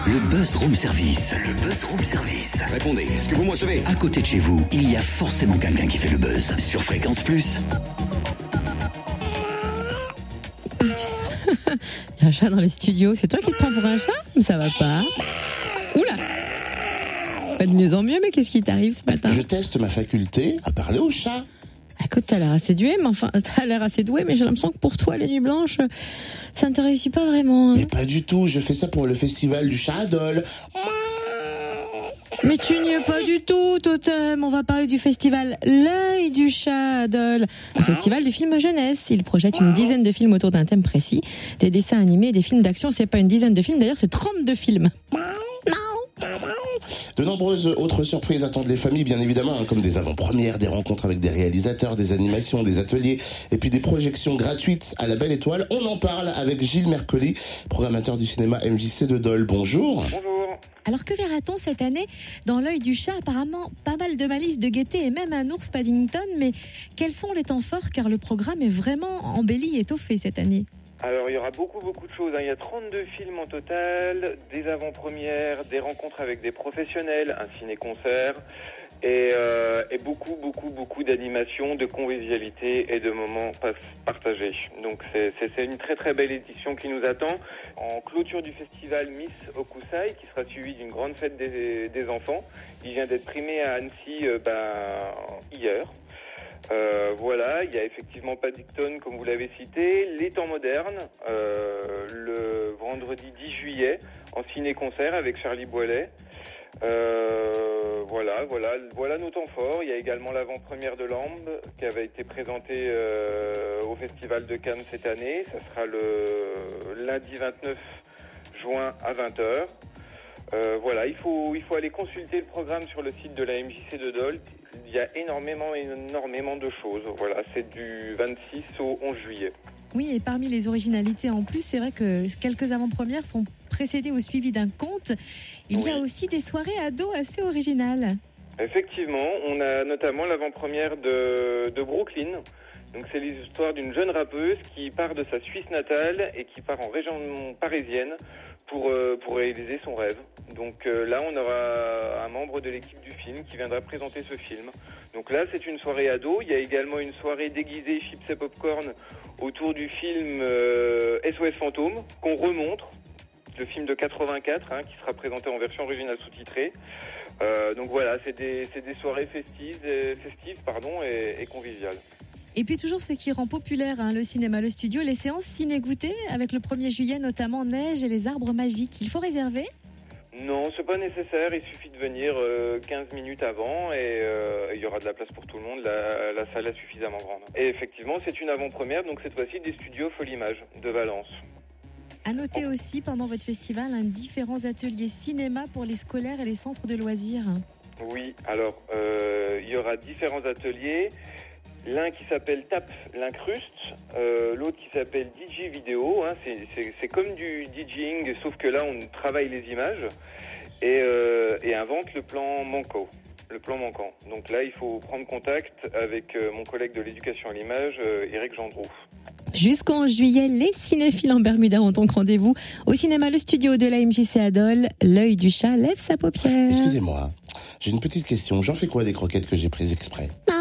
Le Buzz Room Service. Le Buzz Room Service. Répondez, est-ce que vous me recevez? À côté de chez vous, il y a forcément quelqu'un qui fait le buzz. Sur Fréquence Plus. Il y a un chat dans les studios. C'est toi qui te prends pour un chat? Mais ça va pas. Oula! Pas de mieux en mieux, mais qu'est-ce qui t'arrive ce matin? Je teste ma faculté à parler au chat. Écoute, t'as l'air assez doué, mais j'ai l'impression que pour toi, les nuits blanches, ça ne te réussit pas vraiment. Mais pas du tout, je fais ça pour le festival du chat Adol. Mais tu n'y es pas du tout, Totem. On va parler du festival L'œil du chat, Adol. Un festival de films jeunesse. Il projette une dizaine de films autour d'un thème précis. Des dessins animés, des films d'action. C'est pas une dizaine de films, d'ailleurs, c'est 32 films. De nombreuses autres surprises attendent les familles, bien évidemment, comme des avant-premières, des rencontres avec des réalisateurs, des animations, des ateliers, et puis des projections gratuites à la Belle Étoile. On en parle avec Gilles Mercoli, programmateur du cinéma MJC de Dole. Bonjour. Bonjour. Alors que verra-t-on cette année dans L'œil du chat? Apparemment, pas mal de malices de gaieté et même un ours Paddington. Mais quels sont les temps forts? Car le programme est vraiment embelli et étoffé cette année. Alors il y aura beaucoup de choses. Il y a 32 films en total, des avant-premières, des rencontres avec des professionnels, un ciné-concert et beaucoup d'animations, de convivialité et de moments partagés. Donc c'est une très belle édition qui nous attend. En clôture du festival Miss Okusai, qui sera suivi d'une grande fête des enfants. Il vient d'être primé à Annecy hier. Voilà, il y a effectivement Paddington, comme vous l'avez cité, Les Temps modernes, le vendredi 10 juillet, en ciné-concert avec Charlie Boilet. Voilà nos temps forts. Il y a également l'avant-première de Lambe, qui avait été présentée au Festival de Cannes cette année. Ça sera le lundi 29 juin à 20h. Il faut aller consulter le programme sur le site de la MJC de Dole. Il y a énormément de choses. Voilà, c'est du 26 au 11 juillet. Oui, et parmi les originalités en plus, c'est vrai que quelques avant-premières sont précédées ou suivies d'un conte. Il y a aussi des soirées ados assez originales. Effectivement, on a notamment l'avant-première de Brooklyn. Donc c'est l'histoire d'une jeune rappeuse qui part de sa Suisse natale et qui part en région parisienne pour réaliser son rêve. Donc là, on aura un membre de l'équipe du film qui viendra présenter ce film. Donc là, c'est une soirée ado. Il y a également une soirée déguisée chips et popcorn autour du film SOS Fantôme qu'on remontre, le film de 84 qui sera présenté en version originale sous-titrée. Donc voilà, c'est des soirées festives et conviviales. Et puis toujours ce qui rend populaire le cinéma, le studio, les séances ciné-goûtées avec le 1er juillet notamment Neige et les arbres magiques. Il faut réserver? Non, c'est pas nécessaire. Il suffit de venir 15 minutes avant et il y aura de la place pour tout le monde. La salle est suffisamment grande. Et effectivement, c'est une avant-première, donc cette fois-ci des studios Folimage de Valence. À noter aussi pendant votre festival différents ateliers cinéma pour les scolaires et les centres de loisirs. Oui, alors il y aura différents ateliers. L'un qui s'appelle Tape l'incruste, l'autre qui s'appelle DJ vidéo. C'est comme du DJing, sauf que là on travaille les images et invente le plan manquant. Donc là, il faut prendre contact avec mon collègue de l'éducation à l'image, Eric Gendroux. Jusqu'au 11 juillet, les cinéphiles en Bermuda ont donc rendez-vous au cinéma Le Studio de la MJC à Dole. L'œil du chat lève sa paupière. Excusez-moi, j'ai une petite question. J'en fais quoi des croquettes que j'ai prises exprès?